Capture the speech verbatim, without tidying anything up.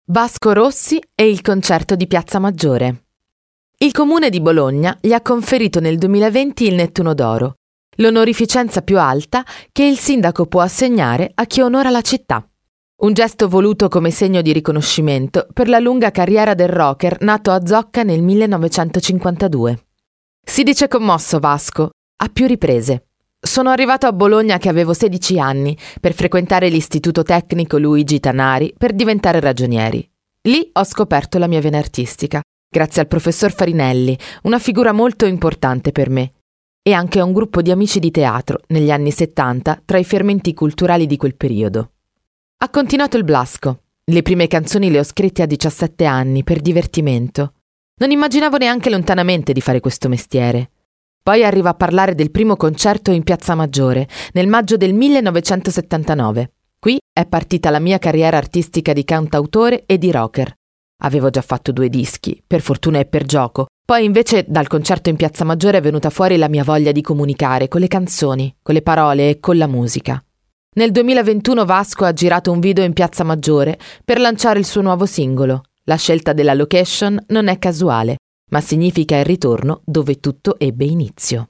Vasco Rossi e il concerto di Piazza Maggiore. Il comune di Bologna gli ha conferito nel duemilaventi il Nettuno d'Oro, l'onorificenza più alta che il sindaco può assegnare a chi onora la città. Un gesto voluto come segno di riconoscimento per la lunga carriera del rocker nato a Zocca nel millenovecentocinquantadue. Si dice commosso Vasco, a più riprese. Sono arrivato a Bologna che avevo sedici anni per frequentare l'istituto tecnico Luigi Tanari per diventare ragionieri. Lì ho scoperto la mia vena artistica, grazie al professor Farinelli, una figura molto importante per me, e anche a un gruppo di amici di teatro negli anni settanta tra i fermenti culturali di quel periodo. Ha continuato il Blasco. Le prime canzoni le ho scritte a diciassette anni per divertimento. Non immaginavo neanche lontanamente di fare questo mestiere. Poi arriva a parlare del primo concerto in Piazza Maggiore, nel maggio del millenovecentosettantanove. Qui è partita la mia carriera artistica di cantautore e di rocker. Avevo già fatto due dischi, per fortuna e per gioco. Poi invece dal concerto in Piazza Maggiore è venuta fuori la mia voglia di comunicare con le canzoni, con le parole e con la musica. Nel duemilaventuno Vasco ha girato un video in Piazza Maggiore per lanciare il suo nuovo singolo. La scelta della location non è casuale, ma significa il ritorno dove tutto ebbe inizio.